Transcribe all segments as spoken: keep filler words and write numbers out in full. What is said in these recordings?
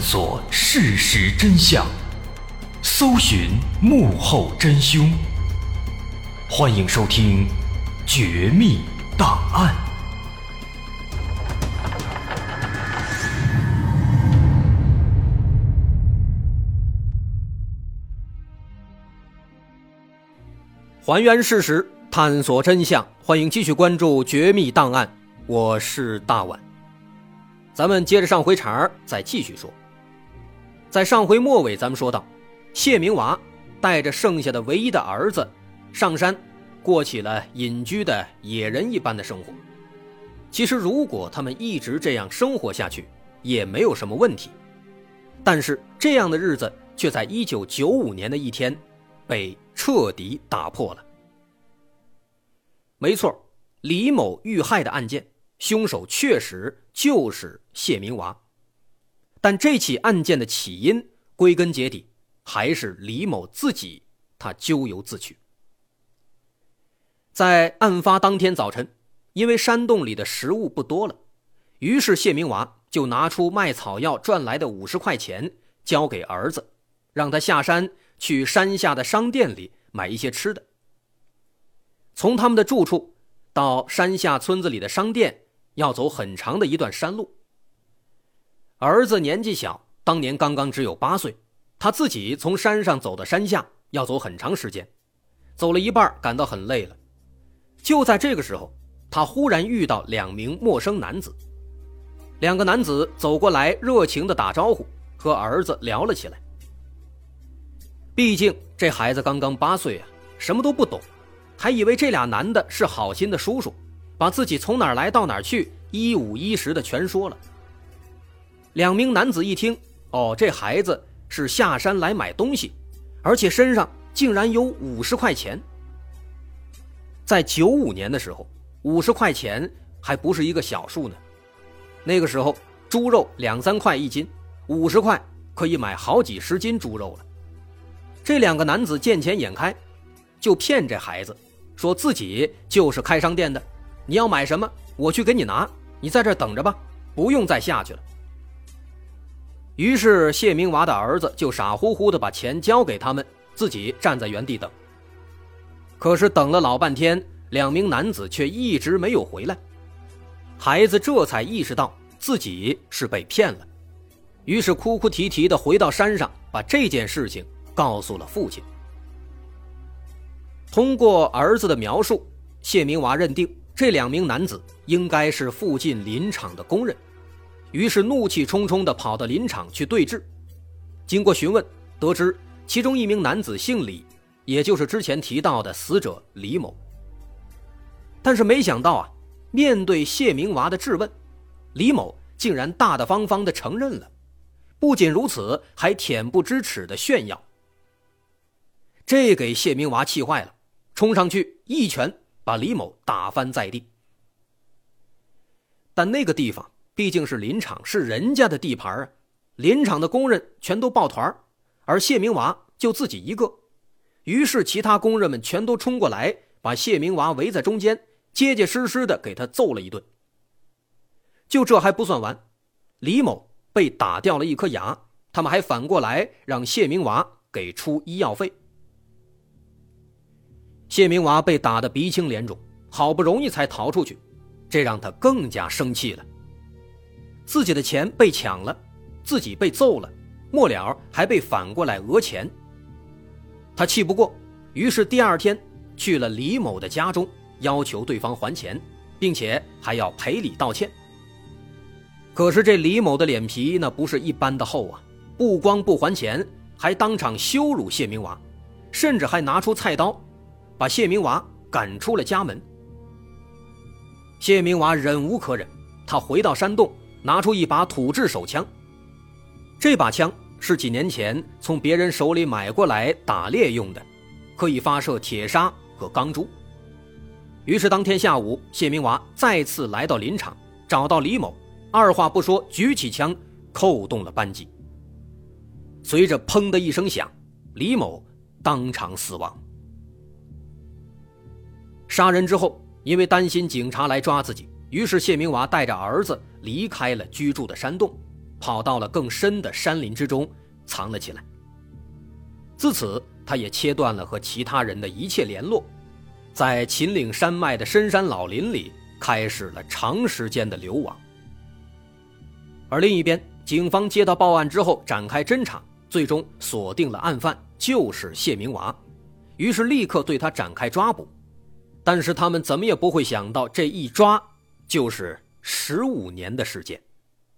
索事实真相，搜寻幕后真凶。欢迎收听《绝密档案》。 还原事实，探索真相，欢迎继续关注《绝密档案》，我是大碗。咱们接着上回茬儿，再继续说。在上回末尾，咱们说到，谢明娃带着剩下的唯一的儿子上山，过起了隐居的野人一般的生活。其实，如果他们一直这样生活下去，也没有什么问题。但是，这样的日子却在一九九五年的一天被彻底打破了。没错，李某遇害的案件，凶手确实就是谢明娃。但这起案件的起因，归根结底还是李某自己，他咎由自取。在案发当天早晨，因为山洞里的食物不多了，于是谢明娃就拿出卖草药赚来的五十块钱交给儿子，让他下山去山下的商店里买一些吃的。从他们的住处到山下村子里的商店要走很长的一段山路。儿子年纪小，当年刚刚只有八岁，他自己从山上走到山下要走很长时间，走了一半感到很累了。就在这个时候，他忽然遇到两名陌生男子。两个男子走过来，热情地打招呼，和儿子聊了起来。毕竟这孩子刚刚八岁啊，什么都不懂，还以为这俩男的是好心的叔叔，把自己从哪儿来到哪儿去一五一十的全说了。两名男子一听，哦，这孩子是下山来买东西，而且身上竟然有五十块钱。在九五年的时候，五十块钱还不是一个小数呢。那个时候猪肉两三块一斤，五十块可以买好几十斤猪肉了。这两个男子见钱眼开，就骗这孩子，说自己就是开商店的，你要买什么我去给你拿，你在这儿等着吧，不用再下去了。于是谢明娃的儿子就傻乎乎的把钱交给他们，自己站在原地等。可是等了老半天，两名男子却一直没有回来。孩子这才意识到自己是被骗了，于是哭哭啼啼的回到山上，把这件事情告诉了父亲。通过儿子的描述，谢明娃认定这两名男子应该是附近林场的工人，于是怒气冲冲地跑到林场去对峙。经过询问，得知其中一名男子姓李，也就是之前提到的死者李某。但是没想到啊，面对谢明娃的质问，李某竟然大大方方地承认了，不仅如此，还恬不知耻地炫耀。这给谢明娃气坏了，冲上去一拳把李某打翻在地。但那个地方毕竟是林场，是人家的地盘啊，林场的工人全都抱团，而谢明娃就自己一个。于是其他工人们全都冲过来，把谢明娃围在中间，结结实实的给他揍了一顿。就这还不算完，李某被打掉了一颗牙，他们还反过来让谢明娃给出医药费。谢明娃被打得鼻青脸肿，好不容易才逃出去，这让他更加生气了。自己的钱被抢了，自己被揍了，末了还被反过来讹钱。他气不过，于是第二天去了李某的家中，要求对方还钱，并且还要赔礼道歉。可是这李某的脸皮那不是一般的厚啊，不光不还钱，还当场羞辱谢明娃，甚至还拿出菜刀把谢明娃赶出了家门。谢明娃忍无可忍，他回到山洞，拿出一把土制手枪。这把枪是几年前从别人手里买过来打猎用的，可以发射铁砂和钢珠。于是当天下午，谢明娃再次来到林场，找到李某，二话不说举起枪扣动了扳机。随着砰的一声响，李某当场死亡。杀人之后，因为担心警察来抓自己，于是谢明娃带着儿子离开了居住的山洞， 跑到了更深的山林之中藏了起来。自此，他也切断了和其他人的一切联络，在秦岭山脉的深山老林里开始了长时间的流亡。而另一边，警方接到报案之后展开侦查，最终锁定了案犯就是谢明娃，于是立刻对他展开抓捕。但是他们怎么也不会想到，这一抓就是十五年的时间。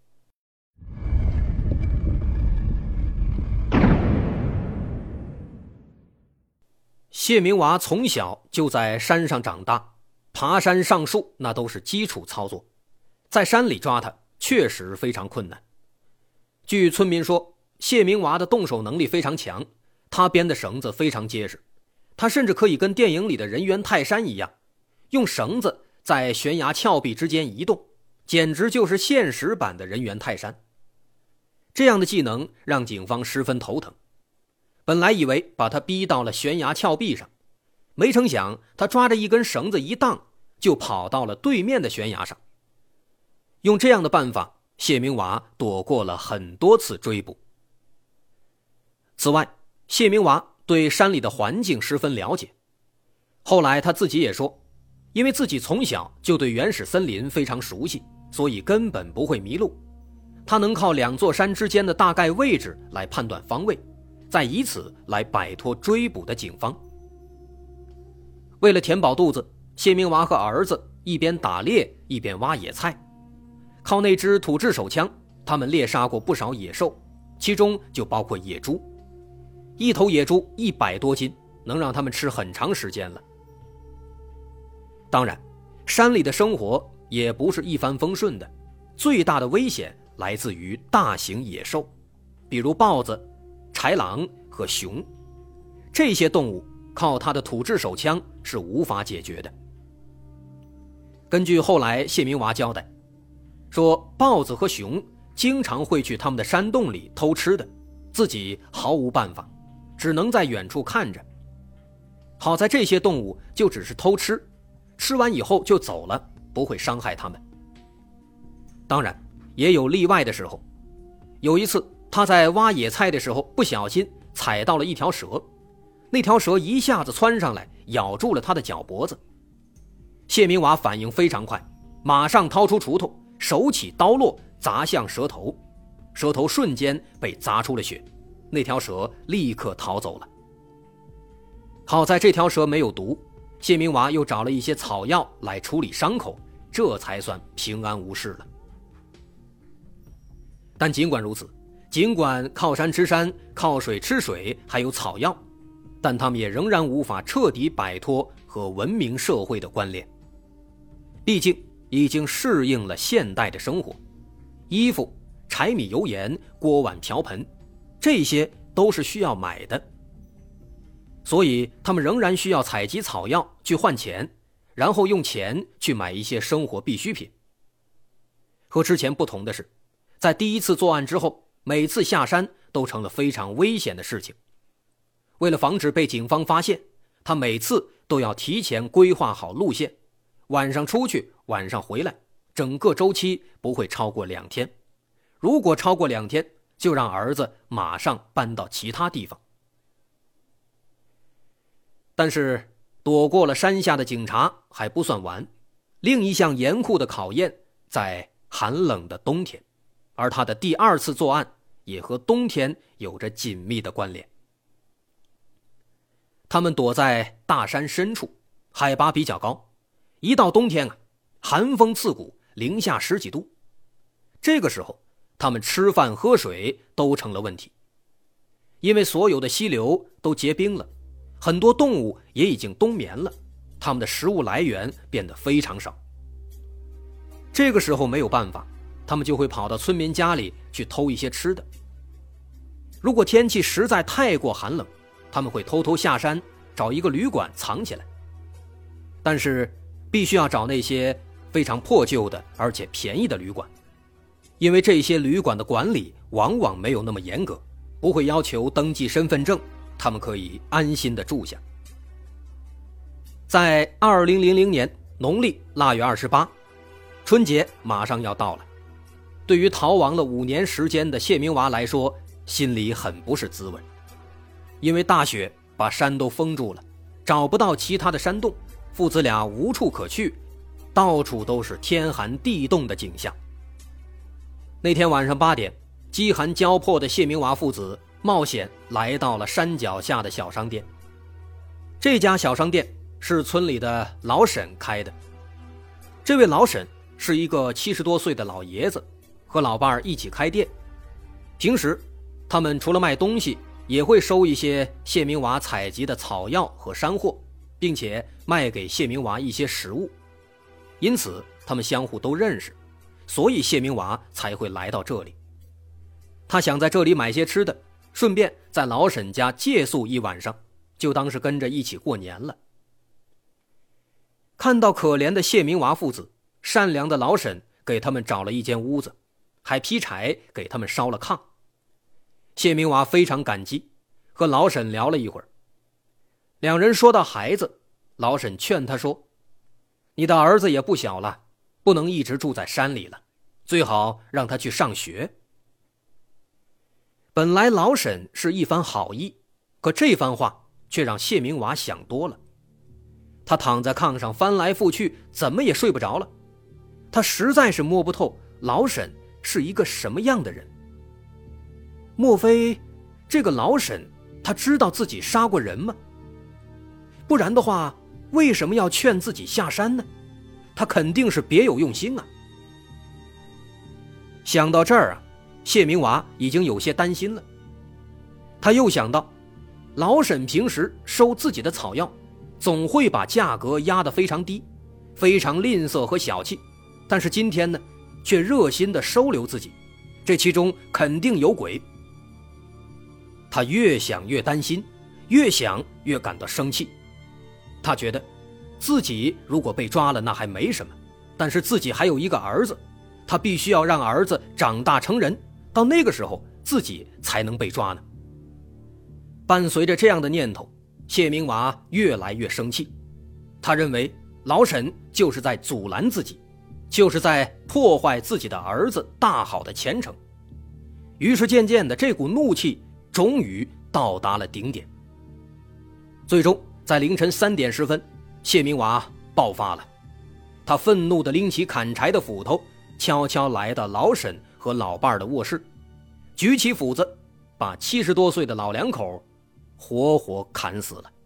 谢明娃从小就在山上长大，爬山上树那都是基础操作，在山里抓他确实非常困难。据村民说，谢明娃的动手能力非常强，他编的绳子非常结实，他甚至可以跟电影里的人猿泰山一样，用绳子在悬崖峭壁之间移动，简直就是现实版的人猿泰山。这样的技能让警方十分头疼，本来以为把他逼到了悬崖峭壁上，没成想他抓着一根绳子一荡，就跑到了对面的悬崖上。用这样的办法，谢明娃躲过了很多次追捕。此外，谢明娃对山里的环境十分了解，后来他自己也说，因为自己从小就对原始森林非常熟悉，所以根本不会迷路。他能靠两座山之间的大概位置来判断方位，再以此来摆脱追捕的警方。为了填饱肚子，谢明娃和儿子一边打猎一边挖野菜。靠那支土制手枪，他们猎杀过不少野兽，其中就包括野猪。一头野猪一百多斤，能让他们吃很长时间了。当然，山里的生活也不是一帆风顺的，最大的危险来自于大型野兽，比如豹子、豺狼和熊。这些动物靠他的土制手枪是无法解决的。根据后来谢明娃交代，说豹子和熊经常会去他们的山洞里偷吃的，自己毫无办法，只能在远处看着。好在这些动物就只是偷吃，吃完以后就走了，不会伤害他们。当然也有例外的时候，有一次他在挖野菜的时候不小心踩到了一条蛇，那条蛇一下子窜上来咬住了他的脚脖子。谢明娃反应非常快，马上掏出锄头，手起刀落砸向蛇头，蛇头瞬间被砸出了血，那条蛇立刻逃走了。好在这条蛇没有毒，谢明娃又找了一些草药来处理伤口，这才算平安无事了。但尽管如此，尽管靠山吃山，靠水吃水，还有草药，但他们也仍然无法彻底摆脱和文明社会的关联。毕竟已经适应了现代的生活，衣服、柴米油盐、锅碗瓢盆，这些都是需要买的。所以他们仍然需要采集草药去换钱，然后用钱去买一些生活必需品。和之前不同的是，在第一次作案之后，每次下山都成了非常危险的事情。为了防止被警方发现，他每次都要提前规划好路线，晚上出去，晚上回来，整个周期不会超过两天。如果超过两天，就让儿子马上搬到其他地方。但是躲过了山下的警察还不算完，另一项严酷的考验在寒冷的冬天，而他的第二次作案也和冬天有着紧密的关联。他们躲在大山深处，海拔比较高，一到冬天啊，寒风刺骨，零下十几度。这个时候他们吃饭喝水都成了问题，因为所有的溪流都结冰了，很多动物也已经冬眠了，它们的食物来源变得非常少。这个时候没有办法，他们就会跑到村民家里去偷一些吃的。如果天气实在太过寒冷，他们会偷偷下山找一个旅馆藏起来，但是必须要找那些非常破旧的而且便宜的旅馆，因为这些旅馆的管理往往没有那么严格，不会要求登记身份证，他们可以安心的住下。在二零零零年农历腊月二十八，春节马上要到了， 对于逃亡了五年时间的谢明娃来说，心里很不是滋味。因为大雪把山都封住了，找不到其他的山洞，父子俩无处可去，到处都是天寒地冻的景象。那天晚上八点，饥寒交迫的谢明娃父子冒险来到了山脚下的小商店。这家小商店是村里的老沈开的。这位老沈是一个七十多岁的老爷子，和老伴儿一起开店。平时他们除了卖东西，也会收一些谢明娃采集的草药和山货，并且卖给谢明娃一些食物。因此他们相互都认识，所以谢明娃才会来到这里。他想在这里买些吃的，顺便在老沈家借宿一晚上，就当是跟着一起过年了。看到可怜的谢明娃父子，善良的老沈给他们找了一间屋子，还劈柴给他们烧了炕。谢明娃非常感激，和老沈聊了一会儿。两人说到孩子，老沈劝他说：你的儿子也不小了，不能一直住在山里了，最好让他去上学。本来老沈是一番好意，可这番话却让谢明娃想多了。他躺在炕上翻来覆去，怎么也睡不着了。他实在是摸不透老沈是一个什么样的人。莫非这个老沈他知道自己杀过人吗？不然的话，为什么要劝自己下山呢？他肯定是别有用心啊。想到这儿啊，谢明娃已经有些担心了。他又想到老沈平时收自己的草药，总会把价格压得非常低，非常吝啬和小气，但是今天呢，却热心地收留自己，这其中肯定有鬼。他越想越担心，越想越感到生气。他觉得自己如果被抓了那还没什么，但是自己还有一个儿子，他必须要让儿子长大成人，到那个时候自己才能被抓呢。伴随着这样的念头，谢明娃越来越生气。他认为老沈就是在阻拦自己，就是在破坏自己的儿子大好的前程。于是渐渐的，这股怒气终于到达了顶点。最终在凌晨三点十分，谢明娃爆发了。他愤怒地拎起砍柴的斧头，悄悄来到老沈和老伴的卧室，举起斧子，把七十多岁的老两口活活砍死了。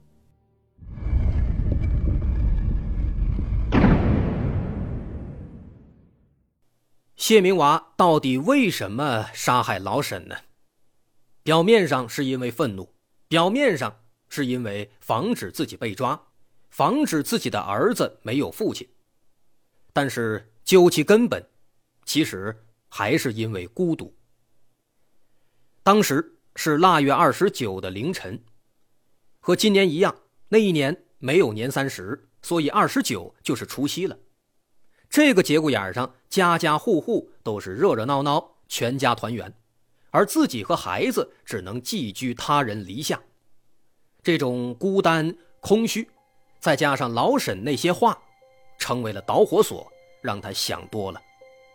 谢明娃到底为什么杀害老沈呢？表面上是因为愤怒，表面上是因为防止自己被抓，防止自己的儿子没有父亲。但是究其根本，其实还是因为孤独。当时是腊月二十九的凌晨，和今年一样，那一年没有年三十，所以二十九就是除夕了。这个节骨眼上，家家户户都是热热闹闹，全家团圆，而自己和孩子只能寄居他人篱下。这种孤单空虚，再加上老沈那些话，成为了导火索，让他想多了。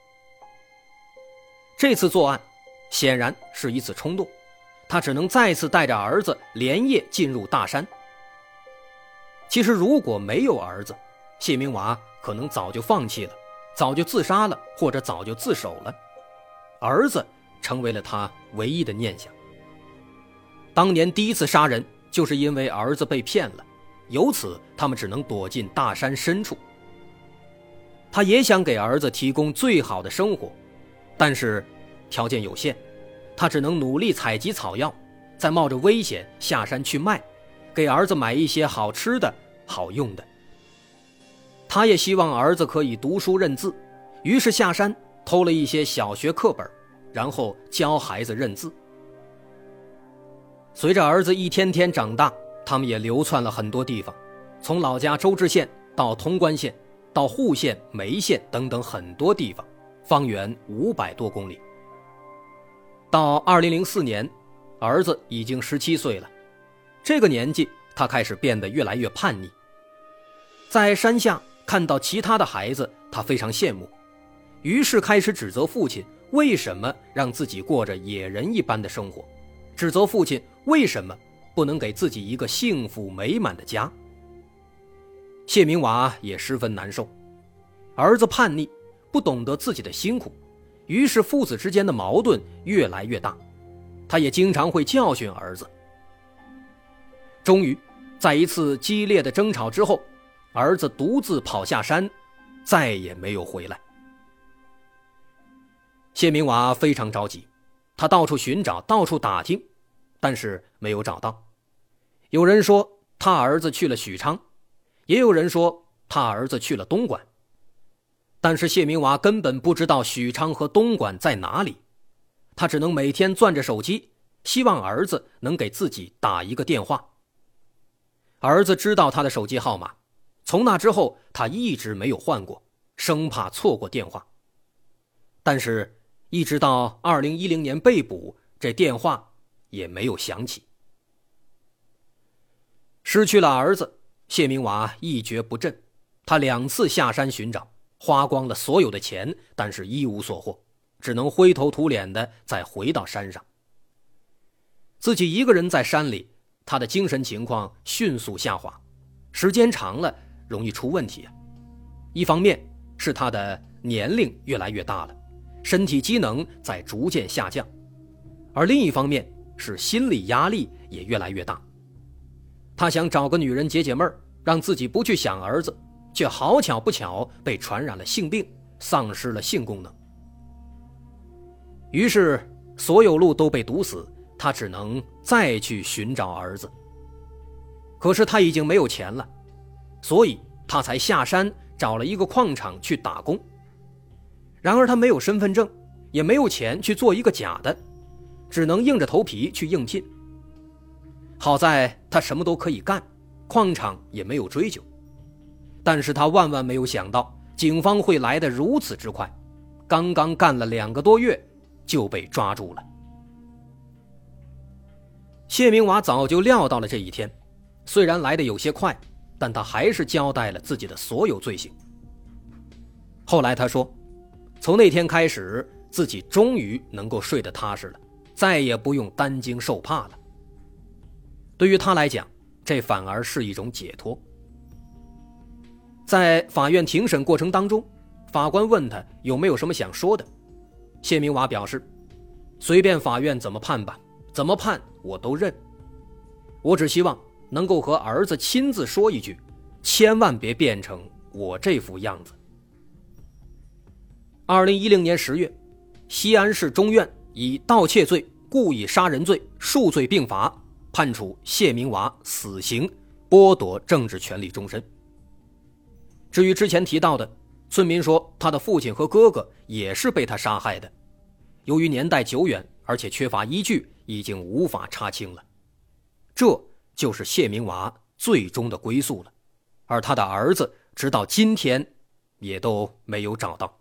这次作案显然是一次冲动，他只能再次带着儿子连夜进入大山。其实如果没有儿子，谢明娃可能早就放弃了，早就自杀了，或者早就自首了。儿子成为了他唯一的念想。当年第一次杀人就是因为儿子被骗了，由此他们只能躲进大山深处。他也想给儿子提供最好的生活，但是条件有限，他只能努力采集草药，再冒着危险下山去卖，给儿子买一些好吃的好用的。他也希望儿子可以读书认字，于是下山偷了一些小学课本，然后教孩子认字。随着儿子一天天长大，他们也流窜了很多地方，从老家周至县到潼关县，到户县、梅县等等很多地方，方圆五百多公里。到二零零四年，儿子已经十七岁了，这个年纪他开始变得越来越叛逆。在山下看到其他的孩子，他非常羡慕， 于是开始指责父亲为什么让自己过着野人一般的生活，指责父亲为什么不能给自己一个幸福美满的家。谢明娃也十分难受，儿子叛逆，不懂得自己的辛苦，于是父子之间的矛盾越来越大，他也经常会教训儿子。终于在一次激烈的争吵之后，儿子独自跑下山，再也没有回来。谢明娃非常着急，他到处寻找，到处打听，但是没有找到。有人说他儿子去了许昌，也有人说他儿子去了东莞，但是谢明娃根本不知道许昌和东莞在哪里，他只能每天攥着手机，希望儿子能给自己打一个电话。儿子知道他的手机号码，从那之后他一直没有换过，生怕错过电话。但是一直到二零一零年被捕，这电话也没有响起。失去了儿子，谢明娃一蹶不振，他两次下山寻找，花光了所有的钱，但是一无所获，只能灰头土脸的再回到山上。自己一个人在山里，他的精神情况迅速下滑，时间长了容易出问题啊。一方面是他的年龄越来越大了，身体机能在逐渐下降，而另一方面是心理压力也越来越大。他想找个女人解解闷儿，让自己不去想儿子，却好巧不巧被传染了性病，丧失了性功能。于是所有路都被堵死，他只能再去寻找儿子。可是他已经没有钱了，所以他才下山找了一个矿场去打工。然而他没有身份证，也没有钱去做一个假的，只能硬着头皮去应聘。好在他什么都可以干，矿场也没有追究。但是他万万没有想到，警方会来得如此之快，刚刚干了两个多月就被抓住了。谢明娃早就料到了这一天，虽然来得有些快，但他还是交代了自己的所有罪行。后来他说，从那天开始，自己终于能够睡得踏实了，再也不用担惊受怕了。对于他来讲，这反而是一种解脱。在法院庭审过程当中，法官问他有没有什么想说的。谢明娃表示，随便法院怎么判吧，怎么判我都认。我只希望能够和儿子亲自说一句，千万别变成我这副样子。二零一零年十月，西安市中院以盗窃罪、故意杀人罪数罪并罚，判处谢明娃死刑，剥夺政治权利终身。至于之前提到的，村民说他的父亲和哥哥也是被他杀害的，由于年代久远，而且缺乏依据，已经无法查清了。这就是谢明娃最终的归宿了，而他的儿子直到今天也都没有找到。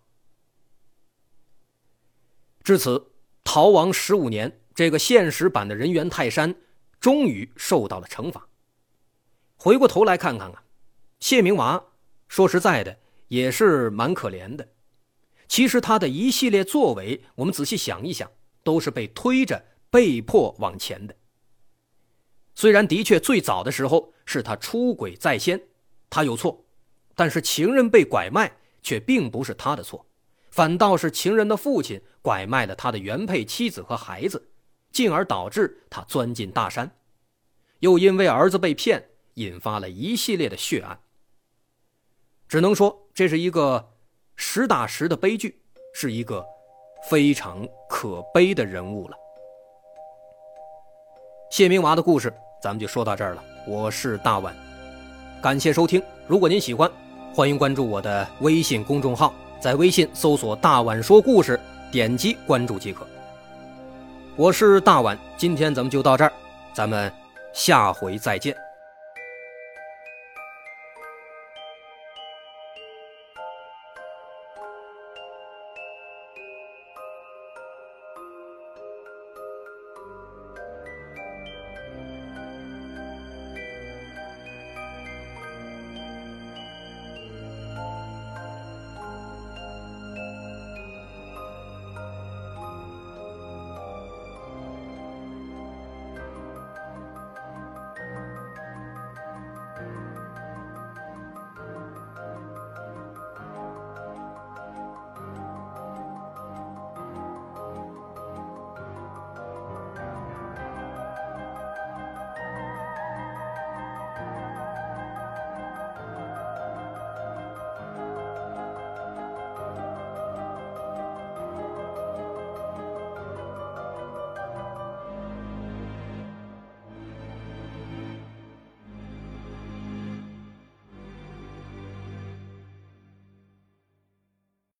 至此，逃亡十五年，这个现实版的人猿泰山终于受到了惩罚。回过头来看看啊，谢明娃说实在的也是蛮可怜的。其实他的一系列作为，我们仔细想一想，都是被推着被迫往前的。虽然的确最早的时候是他出轨在先，他有错，但是情人被拐卖却并不是他的错，反倒是情人的父亲拐卖了他的原配妻子和孩子，进而导致他钻进大山，又因为儿子被骗，引发了一系列的血案。只能说这是一个实打实的悲剧，是一个非常可悲的人物了。谢明娃的故事咱们就说到这儿了，我是大碗，感谢收听。如果您喜欢，欢迎关注我的微信公众号，在微信搜索大碗说故事，点击关注即可。我是大碗，今天咱们就到这儿，咱们下回再见。